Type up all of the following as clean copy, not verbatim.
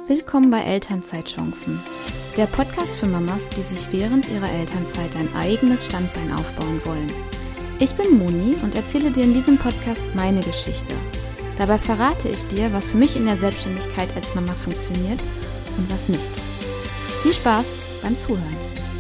Willkommen bei Elternzeitchancen, der Podcast für Mamas, die sich während ihrer Elternzeit ein eigenes Standbein aufbauen wollen. Ich bin Moni und erzähle dir in diesem Podcast meine Geschichte. Dabei verrate ich dir, was für mich in der Selbstständigkeit als Mama funktioniert und was nicht. Viel Spaß beim Zuhören.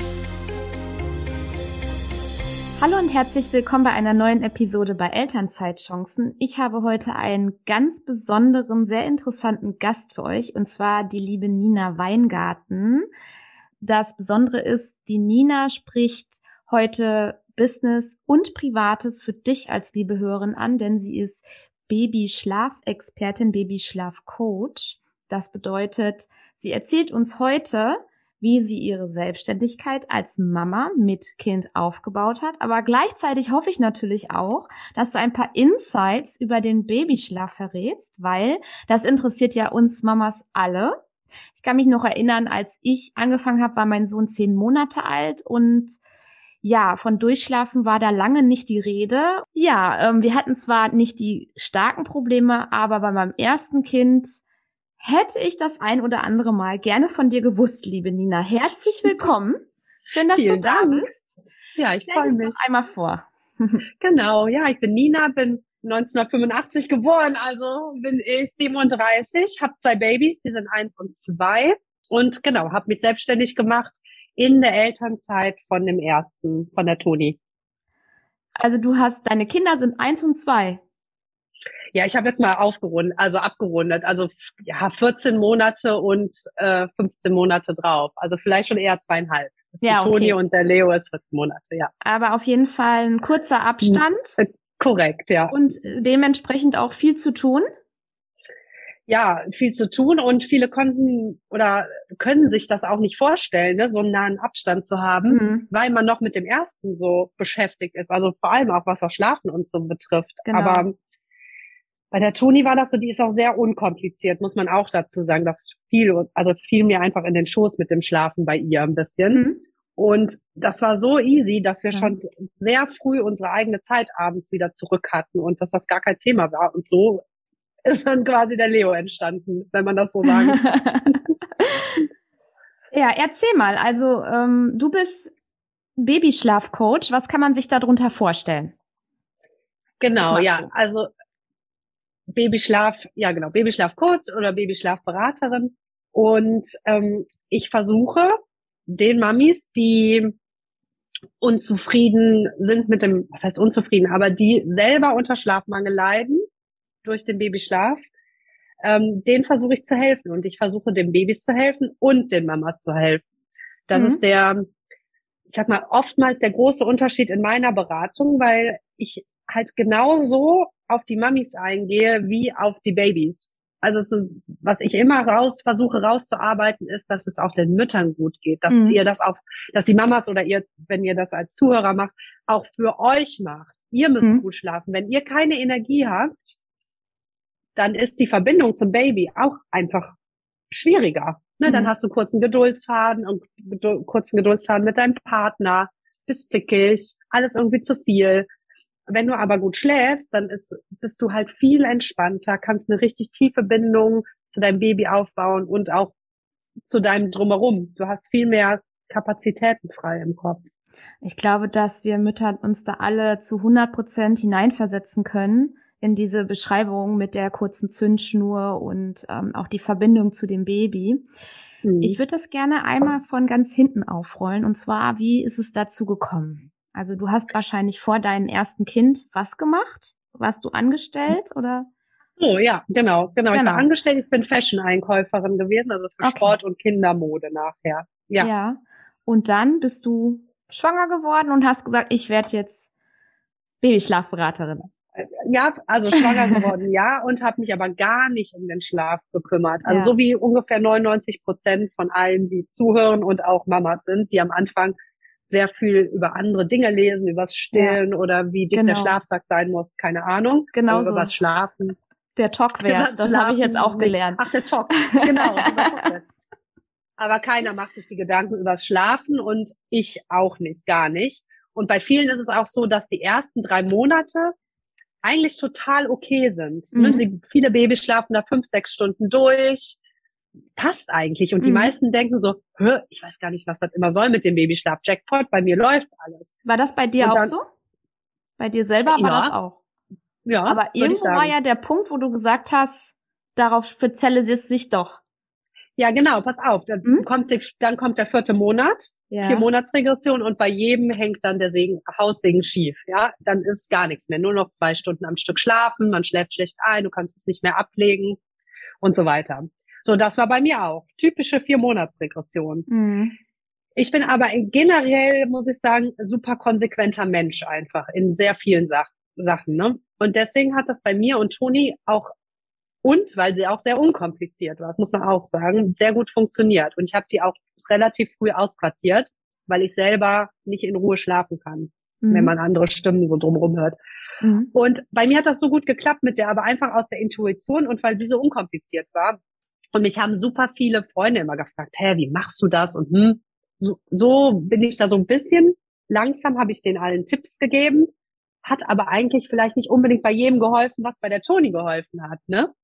Hallo und herzlich willkommen bei einer neuen Episode bei Elternzeitchancen. Ich habe heute einen ganz besonderen, sehr interessanten Gast für euch, und zwar die liebe Nina Weingarten. Das Besondere ist, die Nina spricht heute Business und Privates für dich als liebe Hörerin an, denn sie ist Babyschlafexpertin, Babyschlafcoach. Das bedeutet, sie erzählt uns heute, wie sie ihre Selbstständigkeit als Mama mit Kind aufgebaut hat. Aber gleichzeitig hoffe ich natürlich auch, dass du ein paar Insights über den Babyschlaf verrätst, weil das interessiert ja uns Mamas alle. Ich kann mich noch erinnern, als ich angefangen habe, war mein Sohn 10 Monate alt und ja, von Durchschlafen war da lange nicht die Rede. Ja, wir hatten zwar nicht die starken Probleme, aber bei meinem ersten Kind hätte ich das ein oder andere Mal gerne von dir gewusst, liebe Nina. Herzlich willkommen. Schön, dass du da bist. Ja, ich freue mich. Stell dich doch einmal vor. Genau, ja, ich bin Nina, bin 1985 geboren, also bin ich 37, habe 2 Babys, die sind 1 und 2 und genau, habe mich selbstständig gemacht in der Elternzeit von dem ersten, von der Toni. Also deine Kinder sind 1 und 2. Ja, ich habe jetzt mal abgerundet, also ja, 14 Monate und 15 Monate drauf, also vielleicht schon eher 2,5. Ja, okay. Toni und der Leo ist 14 Monate, ja. Aber auf jeden Fall ein kurzer Abstand. Korrekt, ja. Und dementsprechend auch viel zu tun. Ja, viel zu tun, und viele konnten oder können sich das auch nicht vorstellen, ne, so einen nahen Abstand zu haben, weil man noch mit dem ersten so beschäftigt ist, also vor allem auch was das Schlafen und so betrifft. Genau. Aber bei der Toni war das so, die ist auch sehr unkompliziert, muss man auch dazu sagen. Das fiel mir einfach in den Schoß mit dem Schlafen bei ihr ein bisschen. Und das war so easy, dass wir schon sehr früh unsere eigene Zeit abends wieder zurück hatten und dass das gar kein Thema war. Und so ist dann quasi der Leo entstanden, wenn man das so sagen kann. Ja, erzähl mal. Also du bist Babyschlafcoach. Was kann man sich darunter vorstellen? Genau, ja. Also Babyschlafcoach oder Babyschlafberaterin. Und ich versuche den Mamis, die unzufrieden sind was heißt unzufrieden, aber die selber unter Schlafmangel leiden durch den Babyschlaf, denen versuche ich zu helfen, und ich versuche den Babys zu helfen und den Mamas zu helfen. Das ist ich sag mal, oftmals der große Unterschied in meiner Beratung, weil ich halt genauso auf die Mamis eingehe wie auf die Babys. Also was ich immer versuche rauszuarbeiten, ist, dass es auch den Müttern gut geht, dass ihr dass die Mamas oder ihr, wenn ihr das als Zuhörer macht, auch für euch macht. Ihr müsst gut schlafen. Wenn ihr keine Energie habt, dann ist die Verbindung zum Baby auch einfach schwieriger. Ne? Dann hast du kurzen Geduldsfaden mit deinem Partner, bist zickig, alles irgendwie zu viel. Wenn du aber gut schläfst, dann bist du halt viel entspannter, kannst eine richtig tiefe Bindung zu deinem Baby aufbauen und auch zu deinem Drumherum. Du hast viel mehr Kapazitäten frei im Kopf. Ich glaube, dass wir Mütter uns da alle zu 100% hineinversetzen können in diese Beschreibung mit der kurzen Zündschnur und auch die Verbindung zu dem Baby. Ich würde das gerne einmal von ganz hinten aufrollen, und zwar, wie ist es dazu gekommen? Also du hast wahrscheinlich vor deinem ersten Kind was gemacht? Warst du angestellt oder? Oh ja, genau. Ich war angestellt, ich bin Fashion-Einkäuferin gewesen, also für Sport und Kindermode nachher. Ja. Und dann bist du schwanger geworden und hast gesagt, ich werde jetzt Babyschlafberaterin. Ja, also schwanger geworden, ja, und habe mich aber gar nicht um den Schlaf gekümmert. Also so wie ungefähr 99% von allen, die zuhören und auch Mamas sind, die am Anfang sehr viel über andere Dinge lesen, übers Stillen oder wie dick der Schlafsack sein muss, keine Ahnung. Genau so. Übers Schlafen. Der TOC-Wert, das habe ich jetzt auch gelernt. Ach, der TOC, genau. Aber keiner macht sich die Gedanken übers Schlafen, und ich auch nicht, gar nicht. Und bei vielen ist es auch so, dass die ersten 3 Monate eigentlich total okay sind. Viele Babys schlafen da 5, 6 Stunden durch. passt eigentlich. Und die meisten denken so, ich weiß gar nicht, was das immer soll mit dem Babyschlaf. Jackpot, bei mir läuft alles. War das bei dir Und auch dann, so? Bei dir selber war das ja, auch? ja, Aber würde ich irgendwo war sagen. ja der Punkt, wo du gesagt hast, darauf spezialisiert es sich doch. Ja, genau, pass auf. Hm? Dann kommt der 4. Monat, Ja. 4-Monatsregression, und bei jedem hängt dann der Haussegen schief. Ja, dann ist gar nichts mehr. Nur noch 2 Stunden am Stück schlafen, man schläft schlecht ein, du kannst es nicht mehr ablegen und so weiter. So, das war bei mir auch. Typische 4-Monatsregression. Mhm. Ich bin aber generell, muss ich sagen, super konsequenter Mensch einfach in sehr vielen Sachen. Ne? Und deswegen hat das bei mir und Toni auch, und weil sie auch sehr unkompliziert war, das muss man auch sagen, sehr gut funktioniert. Und ich habe die auch relativ früh ausquartiert, weil ich selber nicht in Ruhe schlafen kann, wenn man andere Stimmen so drumherum hört. Und bei mir hat das so gut geklappt mit der, aber einfach aus der Intuition und weil sie so unkompliziert war. Und mich haben super viele Freunde immer gefragt, wie machst du das? Und so bin ich da so ein bisschen, langsam habe ich denen allen Tipps gegeben, hat aber eigentlich vielleicht nicht unbedingt bei jedem geholfen, was bei der Toni geholfen hat, ne?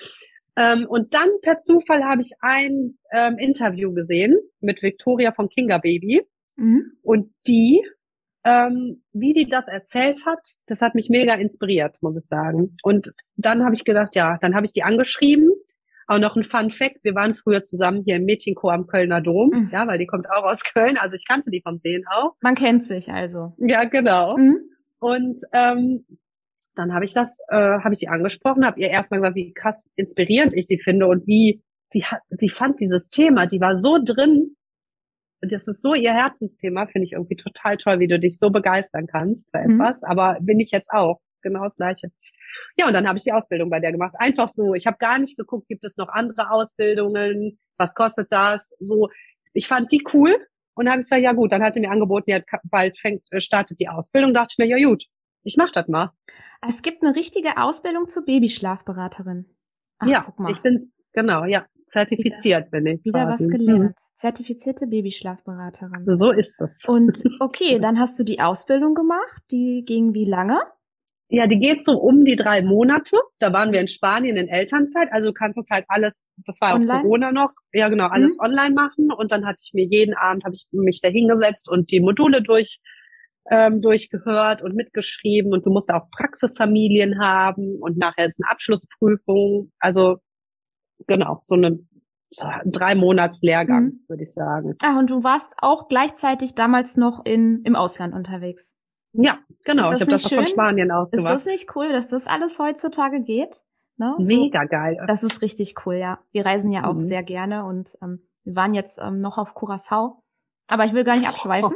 Und dann per Zufall habe ich ein Interview gesehen mit Victoria von Kinga Baby. Und die, wie die das erzählt hat, das hat mich mega inspiriert, muss ich sagen. Und dann habe ich gedacht, ja, dann habe ich die angeschrieben. Auch noch ein Fun Fact, wir waren früher zusammen hier im Mädchenchor am Kölner Dom, ja, weil die kommt auch aus Köln, also ich kannte die vom Sehen auch. Man kennt sich also. Ja, genau. Und dann habe ich die angesprochen, habe ihr erstmal gesagt, wie krass inspirierend ich sie finde und wie sie fand dieses Thema, die war so drin, das ist so ihr Herzensthema, finde ich irgendwie total toll, wie du dich so begeistern kannst für etwas, aber bin ich jetzt auch, genau das Gleiche. Ja, und dann habe ich die Ausbildung bei der gemacht, einfach so, ich habe gar nicht geguckt, gibt es noch andere Ausbildungen, was kostet das, so, ich fand die cool und dann habe ich gesagt, ja gut, dann hat sie mir angeboten, ja, bald startet die Ausbildung, dachte ich mir, ja gut, ich mach das mal. Es gibt eine richtige Ausbildung zur Babyschlafberaterin. Ach, ja, guck mal. Ich bin's, genau, ja, zertifiziert bin ich. Wieder quasi. Was gelernt. Zertifizierte Babyschlafberaterin. So ist es. Und okay, dann hast du die Ausbildung gemacht, die ging wie lange? Ja, die geht so um die 3 Monate. Da waren wir in Spanien in Elternzeit. Also du kannst das halt alles, das war auch Corona noch, ja genau, alles online machen. Und dann hatte ich mir jeden Abend, habe ich mich da hingesetzt und die Module durchgehört und mitgeschrieben. Und du musst auch Praxisfamilien haben und nachher ist eine Abschlussprüfung. Also genau, so 3 Monats Lehrgang, würde ich sagen. Ah, und du warst auch gleichzeitig damals noch im Ausland unterwegs. Ja, genau. Ich habe das auch von Spanien aus gemacht. Ist das nicht cool, dass das alles heutzutage geht? Ne? Mega geil. Das ist richtig cool, ja. Wir reisen ja auch sehr gerne und wir waren jetzt noch auf Curaçao. Aber ich will gar nicht abschweifen.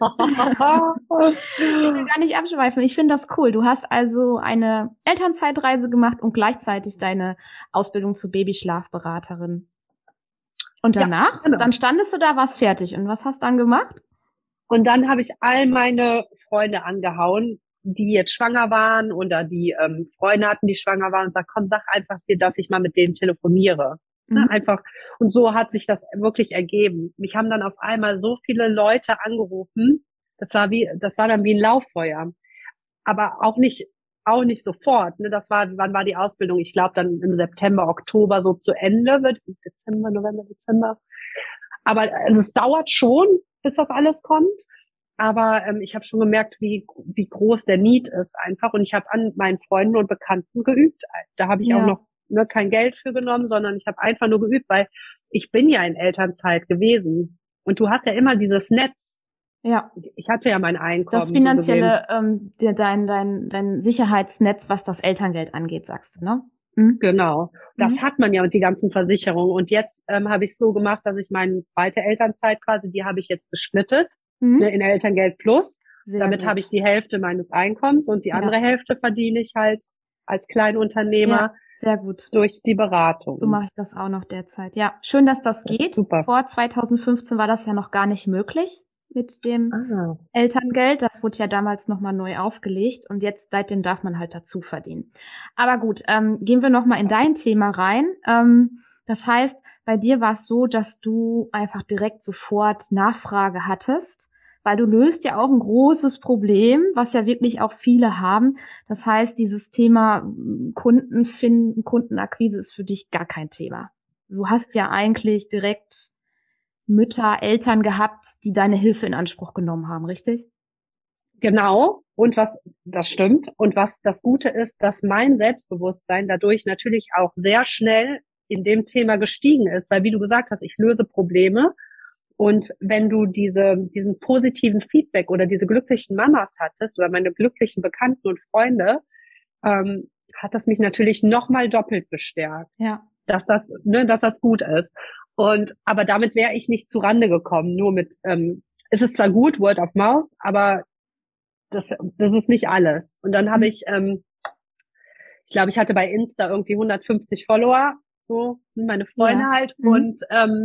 Ich finde das cool. Du hast also eine Elternzeitreise gemacht und gleichzeitig deine Ausbildung zur Babyschlafberaterin. Und danach, ja, genau. Dann standest du da, warst fertig. Und was hast du dann gemacht? Und dann habe ich all meine Freunde angehauen, die jetzt schwanger waren oder die Freunde hatten, die schwanger waren, und sag, komm, sag einfach dir, dass ich mal mit denen telefoniere. Einfach. Und so hat sich das wirklich ergeben. Mich haben dann auf einmal so viele Leute angerufen. Das war dann wie ein Lauffeuer. Aber auch nicht sofort. Ne? Wann war die Ausbildung? Ich glaube dann im September, Oktober so zu Ende wird. Dezember, November, Dezember. Aber also es dauert schon, bis das alles kommt. Aber ich habe schon gemerkt, wie groß der Need ist einfach. Und ich habe an meinen Freunden und Bekannten geübt. Da habe ich auch noch kein Geld für genommen, sondern ich habe einfach nur geübt, weil ich bin ja in Elternzeit gewesen. Und du hast ja immer dieses Netz. Ja. Ich hatte ja mein Einkommen. Das finanzielle, dein Sicherheitsnetz, was das Elterngeld angeht, sagst du, ne? Genau. Das hat man ja und die ganzen Versicherungen. Und jetzt habe ich so gemacht, dass ich meine zweite Elternzeit quasi, die habe ich jetzt gesplittet in Elterngeld Plus. Damit habe ich die Hälfte meines Einkommens und die andere Hälfte verdiene ich halt als Kleinunternehmer. Ja, sehr gut. Durch die Beratung. So mache ich das auch noch derzeit. Ja, schön, dass das geht. Super. Vor 2015 war das ja noch gar nicht möglich mit dem Elterngeld. Das wurde ja damals nochmal neu aufgelegt und jetzt seitdem darf man halt dazu verdienen. Aber gut, gehen wir nochmal in dein Thema rein. Das heißt, bei dir war es so, dass du einfach direkt sofort Nachfrage hattest, weil du löst ja auch ein großes Problem, was ja wirklich auch viele haben. Das heißt, dieses Thema Kunden finden, Kundenakquise ist für dich gar kein Thema. du hast ja eigentlich direkt Mütter, Eltern gehabt, die deine Hilfe in Anspruch genommen haben, richtig? Genau. Und das stimmt. Und was das Gute ist, dass mein Selbstbewusstsein dadurch natürlich auch sehr schnell in dem Thema gestiegen ist, weil wie du gesagt hast, ich löse Probleme. Und wenn du diesen positiven Feedback oder diese glücklichen Mamas hattest oder meine glücklichen Bekannten und Freunde, hat das mich natürlich nochmal doppelt bestärkt, Ja. dass das gut ist. Aber damit wäre ich nicht zurande gekommen. Nur es ist zwar gut, Word of Mouth, aber das ist nicht alles. Und dann habe ich glaube, ich hatte bei Insta irgendwie 150 Follower, so meine Freunde halt, und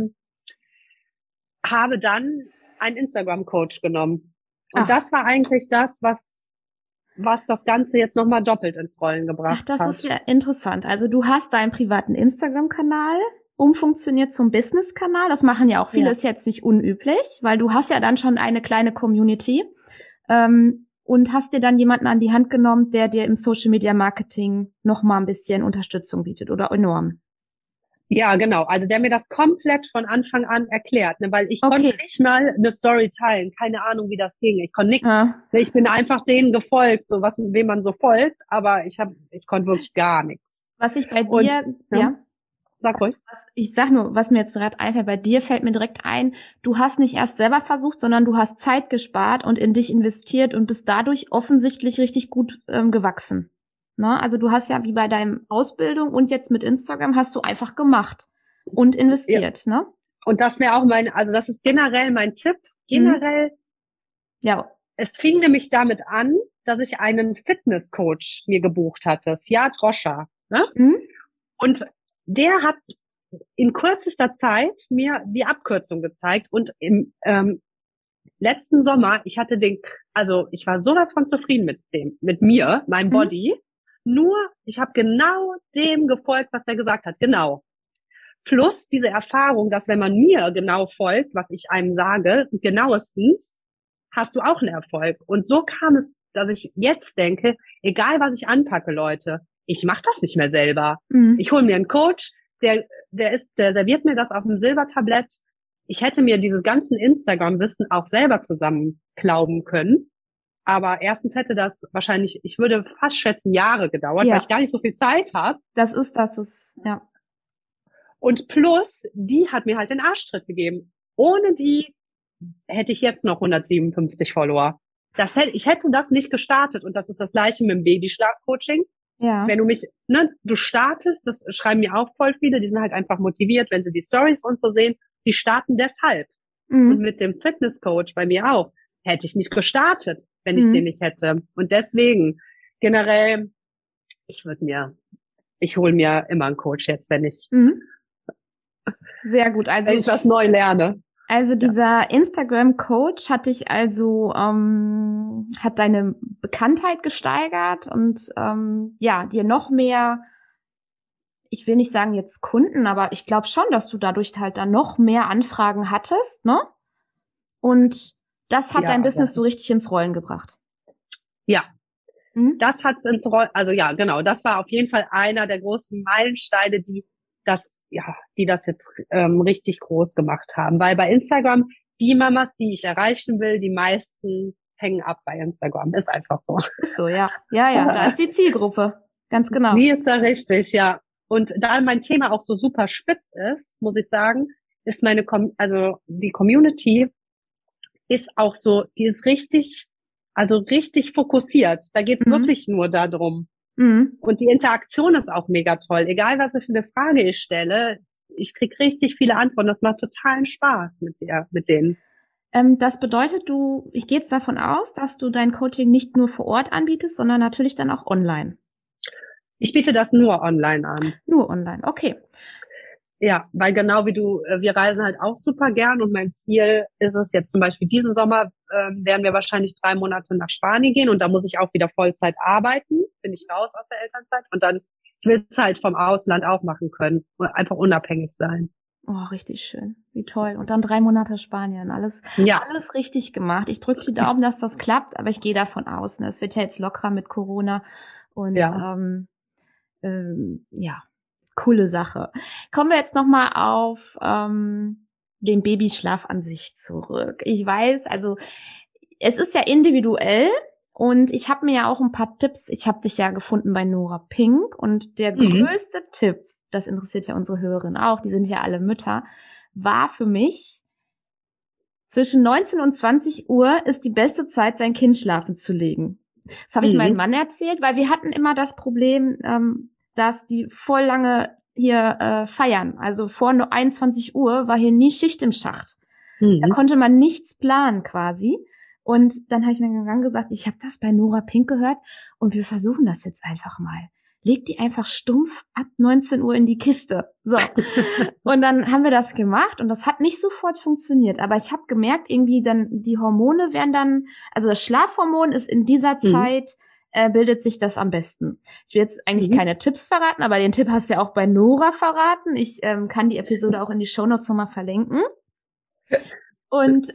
habe dann einen Instagram-Coach genommen. Und das war eigentlich das, was das Ganze jetzt nochmal doppelt ins Rollen gebracht hat. Das ist ja interessant. Also du hast deinen privaten Instagram-Kanal umfunktioniert zum Business-Kanal. Das machen ja auch viele, ist jetzt nicht unüblich, weil du hast ja dann schon eine kleine Community und hast dir dann jemanden an die Hand genommen, der dir im Social-Media-Marketing nochmal ein bisschen Unterstützung bietet oder enorm. Ja, genau. Also der mir das komplett von Anfang an erklärt, ne? Weil ich konnte nicht mal eine Story teilen. Keine Ahnung, wie das ging. Ich konnte nichts. Ja. Ich bin einfach denen gefolgt, so wem man so folgt, aber ich konnte wirklich gar nichts. Was ich bei dir, Sag ruhig. Ich sag nur, was mir jetzt gerade einfällt, bei dir fällt mir direkt ein, du hast nicht erst selber versucht, sondern du hast Zeit gespart und in dich investiert und bist dadurch offensichtlich richtig gut gewachsen. Ne? Also du hast ja wie bei deinem Ausbildung und jetzt mit Instagram hast du einfach gemacht und investiert, ne? Und das wäre auch das ist generell mein Tipp. Generell, es fing nämlich damit an, dass ich einen Fitnesscoach mir gebucht hatte, Siad Roscher, ne? Und der hat in kürzester Zeit mir die Abkürzung gezeigt und im letzten Sommer, ich war sowas von zufrieden mit mir, meinem Body. Nur, ich habe genau dem gefolgt, was der gesagt hat. Genau. Plus diese Erfahrung, dass wenn man mir genau folgt, was ich einem sage, genauestens, hast du auch einen Erfolg. Und so kam es, dass ich jetzt denke, egal was ich anpacke, Leute, ich mache das nicht mehr selber. Ich hole mir einen Coach, der serviert mir das auf dem Silbertablett. Ich hätte mir dieses ganzen Instagram-Wissen auch selber zusammenklauben können. Aber erstens hätte das wahrscheinlich, ich würde fast schätzen, Jahre gedauert, weil ich gar nicht so viel Zeit habe. Das ist, ja. Und plus, die hat mir halt den Arschtritt gegeben. Ohne die hätte ich jetzt noch 157 Follower. Ich hätte das nicht gestartet. Und das ist das Gleiche mit dem Babyschlaf-Coaching. Ja. Wenn du startest, das schreiben mir auch voll viele, die sind halt einfach motiviert, wenn sie die Stories und so sehen, die starten deshalb. Und mit dem Fitnesscoach bei mir auch, hätte ich nicht gestartet, wenn ich den nicht hätte. Und deswegen, generell, ich hole mir immer einen Coach jetzt, wenn ich sehr gut. Also wenn ich was neu lerne. Also dieser Instagram-Coach hat dich hat deine Bekanntheit gesteigert und dir noch mehr, ich will nicht sagen jetzt Kunden, aber ich glaube schon, dass du dadurch halt dann noch mehr Anfragen hattest, ne? Und das hat dein Business so richtig ins Rollen gebracht. Ja. Das hat's ins Rollen, also ja, genau, das war auf jeden Fall einer der großen Meilensteine, die das jetzt richtig groß gemacht haben. Weil bei Instagram, die Mamas, die ich erreichen will, die meisten hängen ab bei Instagram. Ist einfach so. Ist so, ja. Ja, da ist die Zielgruppe. Ganz genau. Die ist da richtig, ja. Und da mein Thema auch so super spitz ist, muss ich sagen, ist die Community ist auch so, die ist richtig fokussiert. Da geht's wirklich nur darum. Und die Interaktion ist auch mega toll. Egal, was für eine Frage ich stelle, ich krieg richtig viele Antworten. Das macht totalen Spaß mit denen. Das bedeutet, ich gehe jetzt davon aus, dass du dein Coaching nicht nur vor Ort anbietest, sondern natürlich dann auch online. Ich biete das nur online an. Nur online, okay. Ja, weil genau wie wir reisen halt auch super gern und mein Ziel ist es jetzt zum Beispiel diesen Sommer werden wir wahrscheinlich 3 Monate nach Spanien gehen und da muss ich auch wieder Vollzeit arbeiten, bin ich raus aus der Elternzeit und dann will es halt vom Ausland auch machen können und einfach unabhängig sein. Oh, richtig schön, wie toll. Und dann 3 Monate Spanien, alles richtig gemacht. Ich drücke die Daumen, dass das klappt, aber ich gehe davon aus, ne? Es wird ja jetzt lockerer mit Corona und Coole Sache. Kommen wir jetzt nochmal auf den Babyschlaf an sich zurück. Ich weiß, also es ist ja individuell und ich habe mir ja auch ein paar Tipps, ich habe dich ja gefunden bei Nora Pink und der größte Tipp, das interessiert ja unsere Hörerinnen auch, die sind ja alle Mütter, war für mich, zwischen 19 und 20 Uhr ist die beste Zeit, sein Kind schlafen zu legen. Das habe ich meinem Mann erzählt, weil wir hatten immer das Problem, dass die voll lange hier feiern. Also vor 21 Uhr war hier nie Schicht im Schacht. Da konnte man nichts planen quasi. Und dann habe ich mir dann gesagt, ich habe das bei Nora Pink gehört und wir versuchen das jetzt einfach mal. Leg die einfach stumpf ab 19 Uhr in die Kiste. So. Und dann haben wir das gemacht und das hat nicht sofort funktioniert. Aber ich habe gemerkt, irgendwie dann die Hormone werden dann, also das Schlafhormon ist in dieser Zeit, bildet sich das am besten. Ich will jetzt eigentlich keine Tipps verraten, aber den Tipp hast du ja auch bei Nora verraten. Ich kann die Episode auch in die Shownotes nochmal verlinken. Und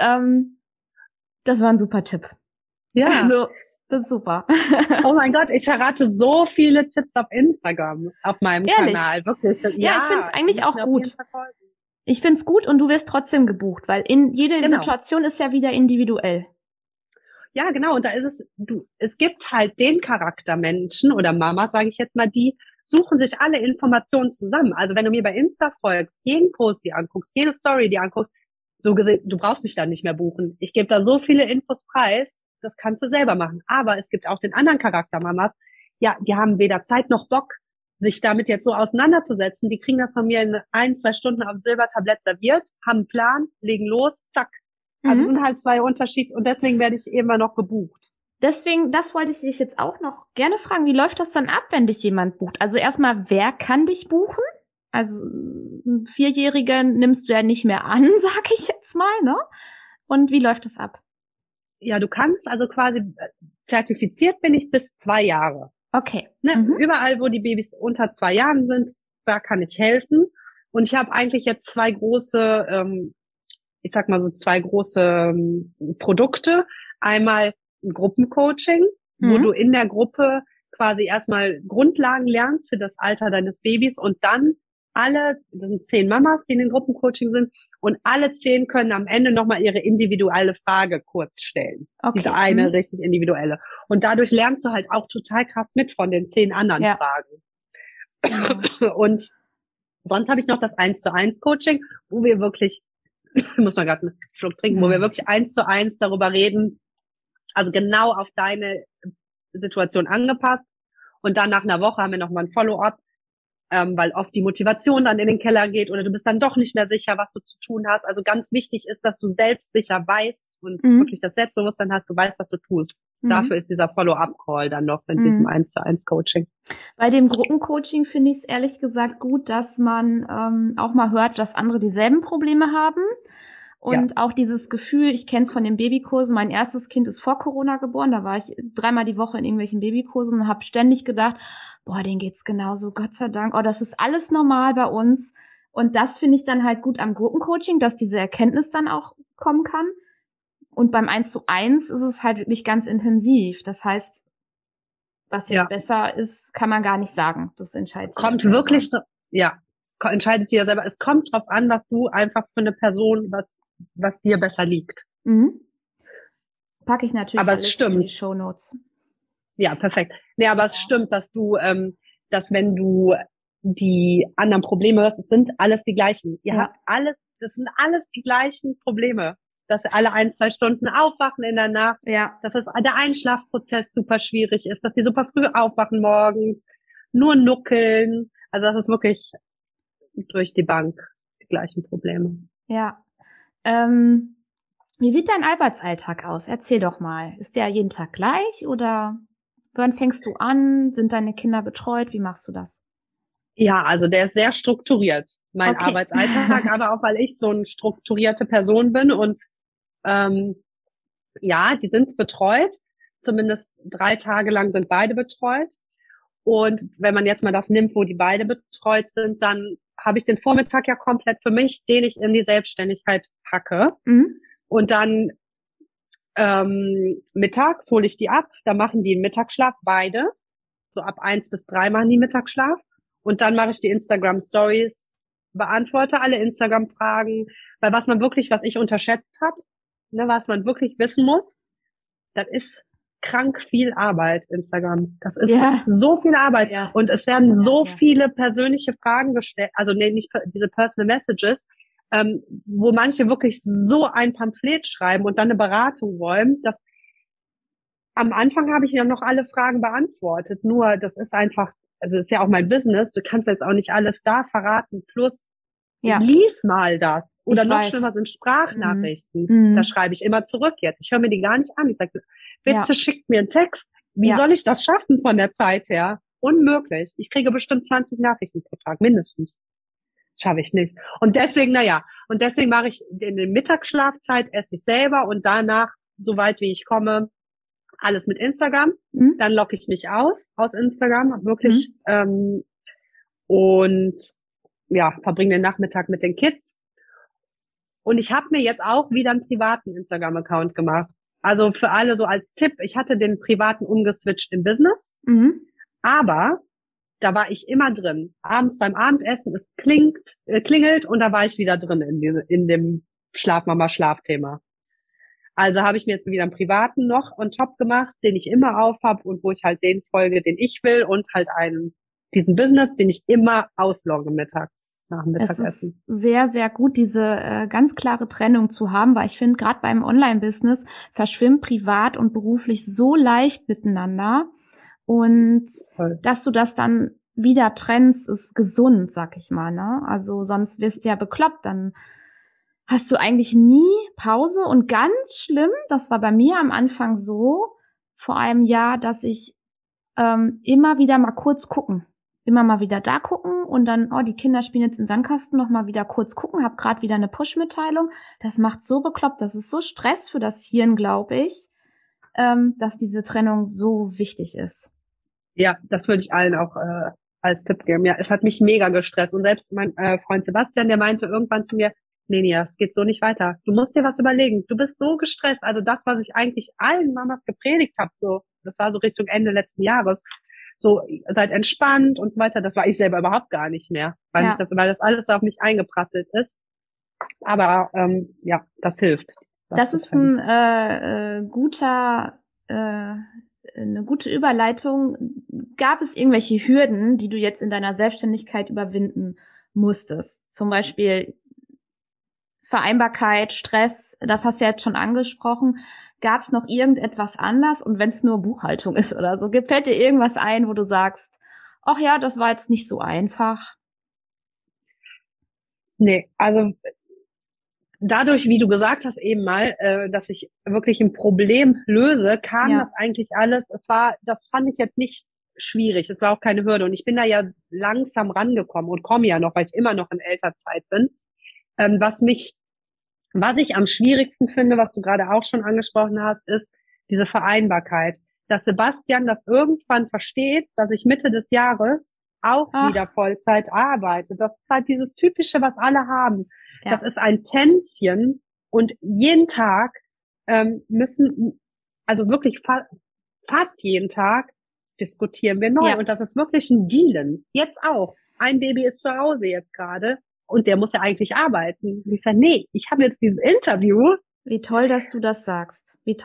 das war ein super Tipp. Ja. Also, das ist super. Oh mein Gott, ich verrate so viele Tipps auf Instagram, auf meinem Kanal. Wirklich. Ja, ich finde es eigentlich auch gut. Ich finde es gut und du wirst trotzdem gebucht, weil jede Situation ist ja wieder individuell. Ja, genau. Und da ist es gibt halt den Charaktermenschen oder Mama, sage ich jetzt mal, die suchen sich alle Informationen zusammen. Also wenn du mir bei Insta folgst, jeden Post die anguckst, jede Story die anguckst, so gesehen, du brauchst mich da nicht mehr buchen. Ich gebe da so viele Infos preis, das kannst du selber machen. Aber es gibt auch den anderen Charaktermamas, ja, die haben weder Zeit noch Bock, sich damit jetzt so auseinanderzusetzen. Die kriegen das von mir in 1-2 Stunden auf dem Silbertablett serviert, haben einen Plan, legen los, zack. Also sind halt zwei Unterschiede und deswegen werde ich immer noch gebucht. Deswegen, das wollte ich dich jetzt auch noch gerne fragen. Wie läuft das dann ab, wenn dich jemand bucht? Also erstmal, wer kann dich buchen? Also einen 4-Jährigen nimmst du ja nicht mehr an, sag ich jetzt mal, ne? Und wie läuft das ab? Ja, du kannst also quasi, zertifiziert bin ich bis 2 Jahre. Okay. Ne? Überall, wo die Babys unter 2 Jahren sind, da kann ich helfen. Und ich habe eigentlich jetzt 2 große, ich sag mal so 2 große Produkte. Einmal ein Gruppencoaching, wo du in der Gruppe quasi erstmal Grundlagen lernst für das Alter deines Babys und dann das sind 10 Mamas, die in den Gruppencoaching sind und alle 10 können am Ende nochmal ihre individuelle Frage kurz stellen. Okay. Diese eine richtig individuelle. Und dadurch lernst du halt auch total krass mit von den 10 anderen Fragen. Und sonst habe ich noch das 1:1 Coaching, wo wir wirklich, ich muss mal gerade einen Schluck trinken, wo wir wirklich 1:1 darüber reden, also genau auf deine Situation angepasst. Und dann nach einer Woche haben wir nochmal ein Follow-up, weil oft die Motivation dann in den Keller geht oder du bist dann doch nicht mehr sicher, was du zu tun hast. Also ganz wichtig ist, dass du selbstsicher weißt und wirklich das Selbstbewusstsein hast, du weißt, was du tust. Dafür ist dieser Follow-up-Call dann noch in diesem 1:1 Coaching. Bei dem Gruppencoaching finde ich es ehrlich gesagt gut, dass man auch mal hört, dass andere dieselben Probleme haben. Und auch dieses Gefühl, ich kenne es von den Babykursen, mein erstes Kind ist vor Corona geboren, da war ich 3-mal die Woche in irgendwelchen Babykursen und habe ständig gedacht, boah, denen geht's genauso, Gott sei Dank, oh, das ist alles normal bei uns. Und das finde ich dann halt gut am Gruppencoaching, dass diese Erkenntnis dann auch kommen kann. Und beim 1:1 ist es halt wirklich ganz intensiv. Das heißt, was jetzt besser ist, kann man gar nicht sagen. Das entscheidet. Kommt wirklich, entscheidet jeder selber. Es kommt drauf an, was du einfach für eine Person, was dir besser liegt. Packe ich natürlich alles in die Shownotes. Ja, perfekt. Nee, aber es stimmt, dass du, dass wenn du die anderen Probleme hörst, es sind alles die gleichen. Ihr habt alles, das sind alles die gleichen Probleme. Dass alle 1-2 Stunden aufwachen in der Nacht. Ja. Dass der Einschlafprozess super schwierig ist, dass die super früh aufwachen morgens, nur nuckeln. Also das ist wirklich durch die Bank die gleichen Probleme. Ja. Wie sieht dein Arbeitsalltag aus? Erzähl doch mal. Ist der jeden Tag gleich oder wann fängst du an? Sind deine Kinder betreut? Wie machst du das? Ja, also der ist sehr strukturiert, mein Arbeitsalltag, aber auch weil ich so eine strukturierte Person bin und die sind betreut, zumindest 3 Tage lang sind beide betreut. Und wenn man jetzt mal das nimmt, wo die beide betreut sind, dann habe ich den Vormittag ja komplett für mich, den ich in die Selbstständigkeit packe. Und dann mittags hole ich die ab, da machen die einen Mittagsschlaf, beide. So ab 1 bis 3 machen die Mittagsschlaf. Und dann mache ich die Instagram Stories, beantworte alle Instagram-Fragen, weil was ich unterschätzt habe, ne, was man wirklich wissen muss, das ist krank viel Arbeit, Instagram. Das ist so viel Arbeit. Ja. Und es werden so viele persönliche Fragen gestellt, also nee, nicht diese Personal Messages, wo manche wirklich so ein Pamphlet schreiben und dann eine Beratung wollen. Am Anfang habe ich ja noch alle Fragen beantwortet, nur das ist einfach, also das ist ja auch mein Business, du kannst jetzt auch nicht alles da verraten, plus lies mal das. Oder noch schlimmer sind Sprachnachrichten. Da schreibe ich immer zurück jetzt. Ich höre mir die gar nicht an. Ich sage, bitte schickt mir einen Text. Wie soll ich das schaffen von der Zeit her? Unmöglich. Ich kriege bestimmt 20 Nachrichten pro Tag, mindestens. Schaffe ich nicht. Und deswegen mache ich in der Mittagsschlafzeit, esse ich selber und danach, soweit wie ich komme, alles mit Instagram. Dann logge ich mich aus Instagram, wirklich. Und verbringe den Nachmittag mit den Kids. Und ich habe mir jetzt auch wieder einen privaten Instagram-Account gemacht. Also für alle so als Tipp, ich hatte den privaten umgeswitcht im Business, aber da war ich immer drin. Abends beim Abendessen, es klingelt und da war ich wieder drin in dem Schlafmama-Schlafthema. Also habe ich mir jetzt wieder einen privaten noch on top gemacht, den ich immer auf habe und wo ich halt den folge, den ich will und halt diesen Business, den ich immer auslogge mittags. Nach dem Mittagessen. Es ist sehr, sehr gut, diese ganz klare Trennung zu haben, weil ich finde, gerade beim Online-Business verschwimmt privat und beruflich so leicht miteinander. Und dass du das dann wieder trennst, ist gesund, sag ich mal, ne? Also sonst wirst du ja bekloppt, dann hast du eigentlich nie Pause. Und ganz schlimm, das war bei mir am Anfang so, vor einem Jahr, dass ich immer wieder mal kurz gucken. Immer mal wieder da gucken und dann, die Kinder spielen jetzt im Sandkasten, noch mal wieder kurz gucken, hab gerade wieder eine Push-Mitteilung. Das macht so bekloppt, das ist so Stress für das Hirn, glaube ich, dass diese Trennung so wichtig ist. Ja, das würde ich allen auch als Tipp geben. Ja, es hat mich mega gestresst. Und selbst mein Freund Sebastian, der meinte irgendwann zu mir, nee, es geht so nicht weiter. Du musst dir was überlegen. Du bist so gestresst. Also das, was ich eigentlich allen Mamas gepredigt habe, so, das war so Richtung Ende letzten Jahres, so, seid entspannt und so weiter. Das war ich selber überhaupt gar nicht mehr, weil das alles auf mich eingeprasselt ist. Aber das hilft. Das ist eine gute Überleitung. Gab es irgendwelche Hürden, die du jetzt in deiner Selbstständigkeit überwinden musstest? Zum Beispiel Vereinbarkeit, Stress, das hast du ja jetzt schon angesprochen. Gab es noch irgendetwas anders? Und wenn es nur Buchhaltung ist oder so, fällt dir irgendwas ein, wo du sagst, ach ja, das war jetzt nicht so einfach? Nee, also dadurch, wie du gesagt hast eben mal, dass ich wirklich ein Problem löse, kam das eigentlich alles. Das fand ich jetzt nicht schwierig. Es war auch keine Hürde. Und ich bin da ja langsam rangekommen und komme ja noch, weil ich immer noch in Elternzeit bin. Was ich am schwierigsten finde, was du gerade auch schon angesprochen hast, ist diese Vereinbarkeit. Dass Sebastian das irgendwann versteht, dass ich Mitte des Jahres auch wieder Vollzeit arbeite. Das ist halt dieses Typische, was alle haben. Ja. Das ist ein Tänzchen und jeden Tag also wirklich fast jeden Tag diskutieren wir neu. Ja. Und das ist wirklich ein Dealen. Jetzt auch. Ein Baby ist zu Hause jetzt gerade. Und der muss ja eigentlich arbeiten. Und ich sage, nee, ich habe jetzt dieses Interview. Wie toll, dass du das sagst. Ich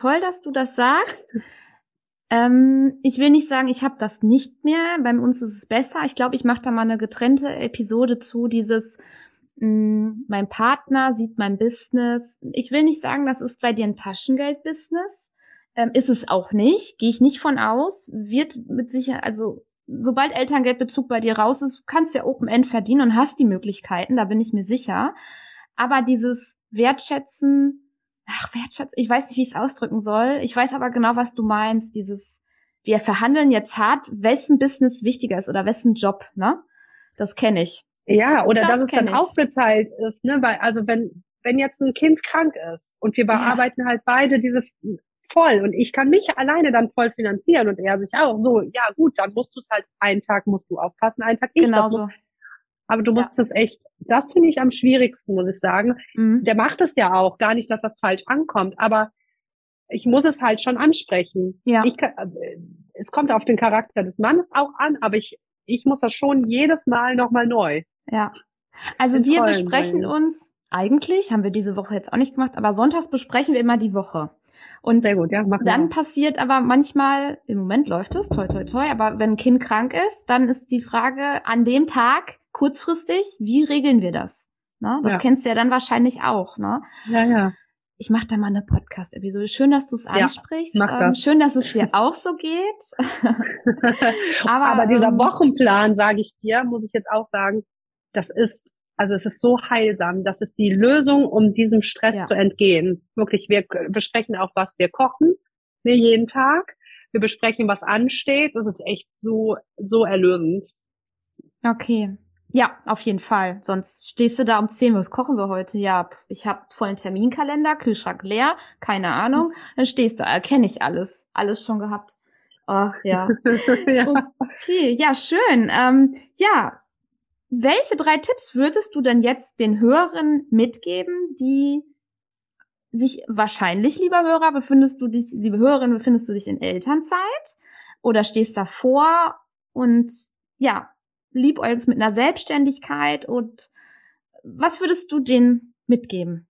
will nicht sagen, ich habe das nicht mehr. Bei uns ist es besser. Ich glaube, ich mache da mal eine getrennte Episode zu, mein Partner sieht mein Business. Ich will nicht sagen, das ist bei dir ein Taschengeld-Business. Ist es auch nicht. Gehe ich nicht von aus. Wird mit Sicherheit, also sobald Elterngeldbezug bei dir raus ist, kannst du ja Open-End verdienen und hast die Möglichkeiten, da bin ich mir sicher. Aber dieses Wertschätzen, ich weiß nicht, wie ich es ausdrücken soll. Ich weiß aber genau, was du meinst. Wir verhandeln jetzt hart, wessen Business wichtiger ist oder wessen Job, ne? Das kenne ich. Ja, oder dass es dann aufgeteilt ist, ne? Weil, also wenn jetzt ein Kind krank ist und wir bearbeiten halt beide diese voll und ich kann mich alleine dann voll finanzieren und er sich auch. So, ja gut, dann musst du es halt, einen Tag musst du aufpassen, einen Tag ich. Genau so. Aber du musst das echt, das finde ich am schwierigsten, muss ich sagen. Mhm. Der macht es ja auch, gar nicht, dass das falsch ankommt, aber ich muss es halt schon ansprechen. Ja. Es kommt auf den Charakter des Mannes auch an, aber ich ich muss das schon jedes Mal nochmal neu Ja. Also ins wir Rollen besprechen bringen. uns, eigentlich, haben wir diese Woche jetzt auch nicht gemacht, aber sonntags besprechen wir immer die Woche. Und Sehr gut, ja, machen wir dann auch. passiert aber manchmal, im Moment läuft es, toi toi toi, aber wenn ein Kind krank ist, dann ist die Frage an dem Tag kurzfristig, wie regeln wir das? Ne? Das Ja, kennst du ja dann wahrscheinlich auch. Ne? ja, ja. Ich mache da mal eine Podcast-Episode. Schön, dass du es Ja, ansprichst. mach das. Schön, dass es dir auch so geht. Aber Aber dieser Wochenplan, sage ich dir, muss ich jetzt auch sagen, also es ist so heilsam. Das ist die Lösung, um diesem Stress ja, zu entgehen. Wirklich, wir besprechen auch, was wir kochen, wir jeden Tag. Wir besprechen, was ansteht. Das ist echt so, so erlösend. okay. Ja, auf jeden Fall. Sonst stehst du da um 10 Uhr. Was kochen wir heute? Ja, ich habe vollen Terminkalender, Kühlschrank leer, keine Ahnung. Dann stehst du, kenne ich alles. Alles schon gehabt. Oh, ja. Ja. Okay, ja, schön. Ja, welche 3 Tipps würdest du denn jetzt den Hörern mitgeben, die sich wahrscheinlich, lieber Hörer, liebe Hörerin, befindest du dich in Elternzeit oder stehst davor und ja, liebäugelst mit einer Selbstständigkeit und was würdest du denen mitgeben?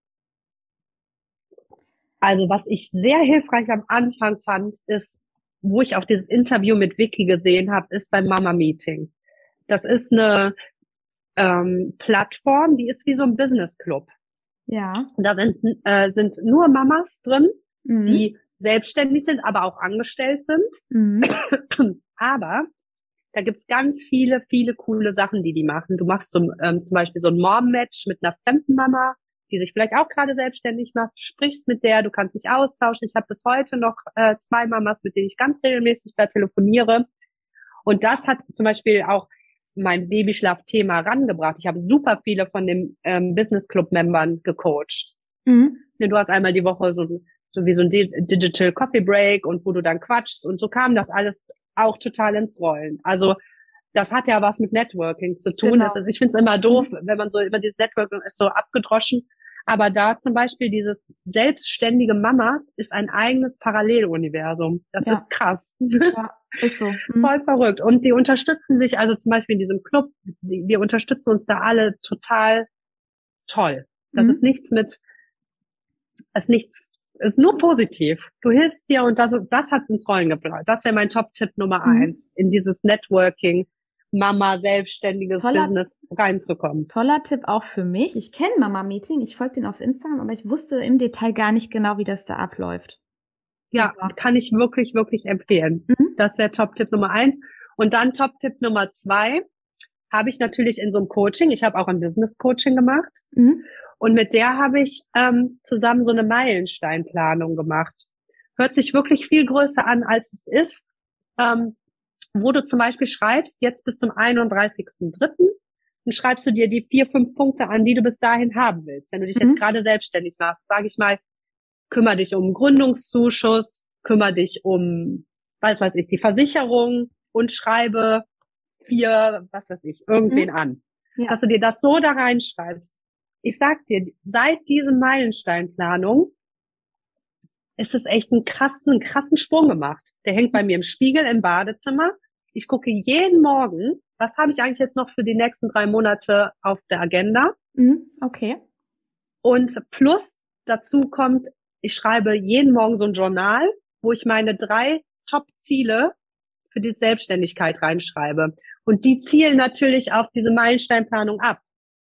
Also was ich sehr hilfreich am Anfang fand, ist, wo ich auch dieses Interview mit Vicky gesehen habe, ist beim Mama Meeting. Das ist eine Plattform, die ist wie so ein Business Club. Ja. Da sind nur Mamas drin, Mhm. die selbstständig sind, aber auch angestellt sind. Mhm. Aber da gibt's ganz viele, viele coole Sachen, die machen. Du machst zum Beispiel so ein Mom-Match mit einer fremden Mama, die sich vielleicht auch gerade selbstständig macht. Du sprichst mit der, du kannst dich austauschen. Ich habe bis heute noch 2 Mamas, mit denen ich ganz regelmäßig da telefoniere. Und das hat zum Beispiel auch mein Babyschlaf-Thema rangebracht. Ich habe super viele von den Business Club-Membern gecoacht. Mhm. Du hast einmal die Woche so wie so ein Digital Coffee Break und wo du dann quatschst. Und so kam das alles auch total ins Rollen. Also das hat ja was mit Networking zu tun. Genau. Ich finde es immer doof, wenn man so über dieses Networking ist so abgedroschen. Aber da zum Beispiel dieses selbstständige Mamas ist ein eigenes Paralleluniversum. Das ist krass. Ja, ist so. Mhm. Voll verrückt. Und die unterstützen sich, also zum Beispiel in diesem Club, wir unterstützen uns da alle total toll. Das ist nichts ist nur positiv. Du hilfst dir und das hat's ins Rollen gebracht. Das wäre mein Top-Tipp Nummer 1, in dieses Networking, Mama, selbstständiges Business reinzukommen. Toller Tipp auch für mich. Ich kenne Mama Meeting, ich folge den auf Instagram, aber ich wusste im Detail gar nicht genau, wie das da abläuft. Ja, Super. kann ich wirklich, wirklich empfehlen. Das wäre Top-Tipp Nummer 1. Und dann Top-Tipp Nummer 2 habe ich natürlich in so einem Coaching. Ich habe auch ein Business-Coaching gemacht. Und mit der habe ich zusammen so eine Meilensteinplanung gemacht. Hört sich wirklich viel größer an, als es ist. Wo du zum Beispiel schreibst, jetzt bis zum 31.03., dann schreibst du dir die 4, 5 Punkte an, die du bis dahin haben willst. Wenn du dich jetzt gerade selbstständig machst, sage ich mal, kümmere dich um Gründungszuschuss, kümmere dich um, weiß ich, die Versicherung und schreibe 4, irgendwen an. Ja. Dass du dir das so da reinschreibst. Ich sag dir, seit diesem Meilensteinplanung ist es echt einen krassen Sprung gemacht. Der hängt bei mir im Spiegel im Badezimmer. Ich gucke jeden Morgen, was habe ich eigentlich jetzt noch für die nächsten 3 Monate auf der Agenda. Okay. Und plus dazu kommt, ich schreibe jeden Morgen so ein Journal, wo ich meine 3 Top-Ziele für die Selbstständigkeit reinschreibe. Und die zielen natürlich auf diese Meilensteinplanung ab.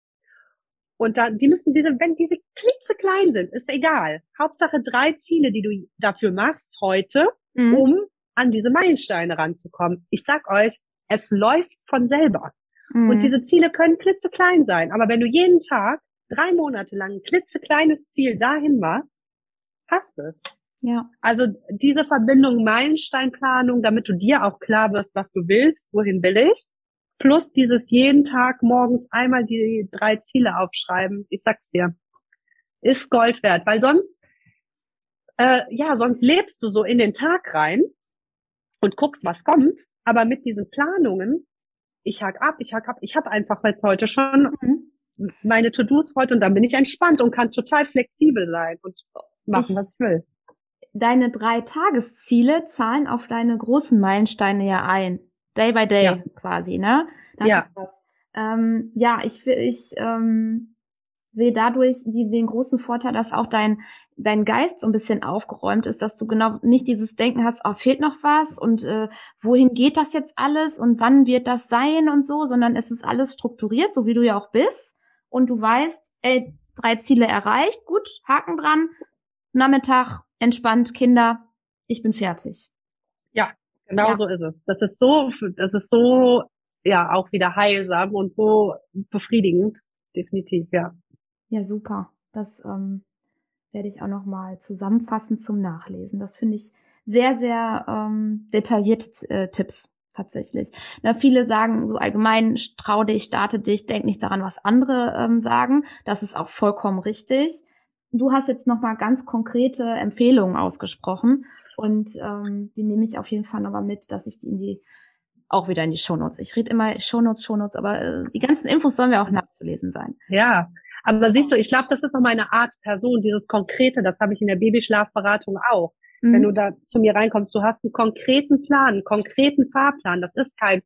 Und dann, wenn diese klitzeklein sind, ist egal. Hauptsache 3 Ziele, die du dafür machst heute, um an diese Meilensteine ranzukommen. Ich sag euch, es läuft von selber. Und diese Ziele können klitzeklein sein. Aber wenn du jeden Tag 3 Monate lang ein klitzekleines Ziel dahin machst, passt es. Ja. Also diese Verbindung Meilensteinplanung, damit du dir auch klar wirst, was du willst, wohin will ich, plus dieses jeden Tag morgens einmal die 3 Ziele aufschreiben, ich sag's dir, ist Gold wert, weil sonst lebst du so in den Tag rein und guckst, was kommt, aber mit diesen Planungen, ich hake ab, ich habe einfach jetzt heute schon meine To-Dos heute und dann bin ich entspannt und kann total flexibel sein und machen, was ich will. Deine 3 Tagesziele zahlen auf deine großen Meilensteine ja ein. Day by Ja. day quasi, ne? Das Ja. ist das. Ja, ich sehe dadurch den großen Vorteil, dass auch dein Geist so ein bisschen aufgeräumt ist, dass du genau nicht dieses Denken hast, oh, fehlt noch was und wohin geht das jetzt alles und wann wird das sein und so, sondern es ist alles strukturiert, so wie du ja auch bist und du weißt, ey, 3 Ziele erreicht, gut, Haken dran, Nachmittag, entspannt, Kinder, ich bin fertig. Ja, genau Ja. so ist es. Das ist so, ja, auch wieder heilsam und so befriedigend. Definitiv, ja. Ja, super. Das werde ich auch noch mal zusammenfassen zum Nachlesen. Das finde ich sehr, sehr detaillierte Tipps tatsächlich. Na, viele sagen so allgemein, trau dich, starte dich, denk nicht daran, was andere sagen. Das ist auch vollkommen richtig. Du hast jetzt noch mal ganz konkrete Empfehlungen ausgesprochen und die nehme ich auf jeden Fall noch mal mit, dass ich die auch wieder in die Shownotes. Ich rede immer Shownotes, aber die ganzen Infos sollen ja auch nachzulesen sein. Ja, aber siehst du, ich glaube, das ist auch meine Art Person, dieses Konkrete, das habe ich in der Babyschlafberatung auch. Wenn du da zu mir reinkommst, du hast einen konkreten Plan, einen konkreten Fahrplan. Das ist kein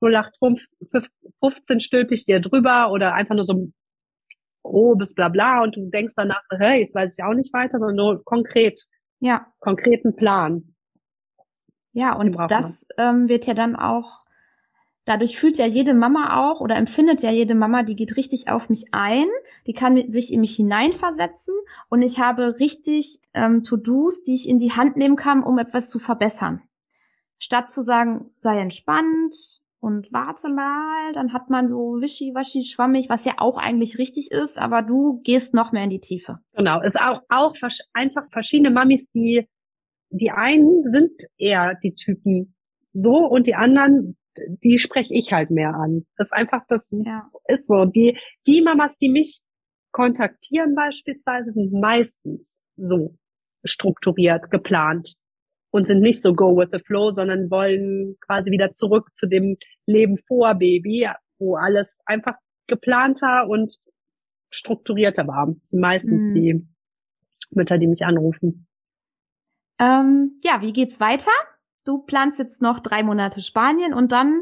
0815 stülpe ich dir drüber oder einfach nur so ein grobes Blabla und du denkst danach so, hey, jetzt weiß ich auch nicht weiter, sondern nur konkreten Plan. Ja, und das wird ja dann auch, dadurch fühlt ja jede Mama auch oder empfindet ja jede Mama, die geht richtig auf mich ein, die kann sich in mich hineinversetzen und ich habe richtig To-Dos, die ich in die Hand nehmen kann, um etwas zu verbessern. Statt zu sagen, sei entspannt und warte mal, dann hat man so wischiwaschi, schwammig, was ja auch eigentlich richtig ist, aber du gehst noch mehr in die Tiefe. Genau, ist auch einfach verschiedene Mamis, die einen sind eher die Typen so und die anderen, die spreche ich halt mehr an. Das ist einfach, ist so. Die Mamas, die mich kontaktieren beispielsweise, sind meistens so strukturiert, geplant und sind nicht so go with the flow, sondern wollen quasi wieder zurück zu dem Leben vor Baby, wo alles einfach geplanter und strukturierter war. Das sind meistens die Mütter, die mich anrufen. Ja, wie geht's weiter? Du planst jetzt noch 3 Monate Spanien und dann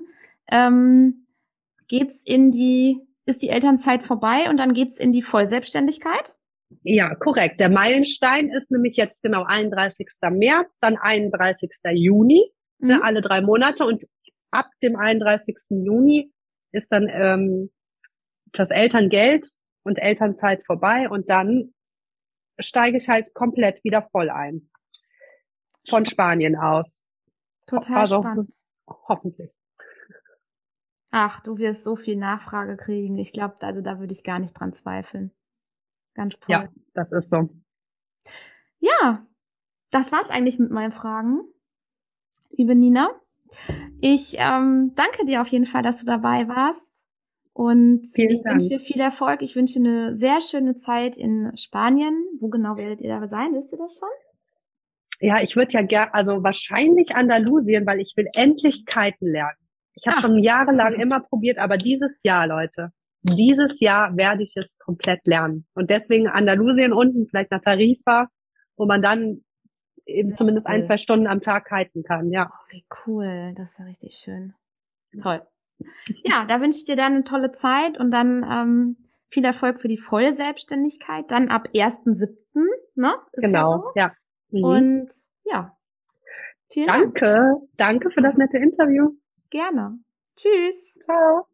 ist die Elternzeit vorbei und dann geht's in die Vollselbstständigkeit? Ja, korrekt. Der Meilenstein ist nämlich jetzt genau 31. März, dann 31. Juni, alle 3 Monate und ab dem 31. Juni ist dann das Elterngeld und Elternzeit vorbei und dann steige ich halt komplett wieder voll ein. Von Spanien aus. Total spannend. Hoffentlich. Ach, du wirst so viel Nachfrage kriegen. Ich glaube, also da würde ich gar nicht dran zweifeln. Ganz toll. Ja, das ist so. Ja, das war's eigentlich mit meinen Fragen, liebe Nina. Ich danke dir auf jeden Fall, dass du dabei warst. Und ich wünsche dir viel Erfolg. Ich wünsche eine sehr schöne Zeit in Spanien. Wo genau werdet ihr da sein? Wisst ihr das schon? Ja, ich würde ja gerne, also wahrscheinlich Andalusien, weil ich will endlich kiten lernen. Ich habe schon jahrelang immer probiert, aber dieses Jahr, Leute, dieses Jahr werde ich es komplett lernen. Und deswegen Andalusien unten, vielleicht nach Tarifa, wo man dann eben sehr zumindest cool. 1-2 Stunden am Tag kiten kann, ja. Oh, wie cool, das ist ja richtig schön. Toll. Ja, da wünsche ich dir dann eine tolle Zeit und dann viel Erfolg für die Vollselbstständigkeit. Dann ab 1.7., ne? Ist genau, ja. Mhm. Und ja, vielen Dank. Danke für das nette Interview. Gerne. Tschüss. Ciao.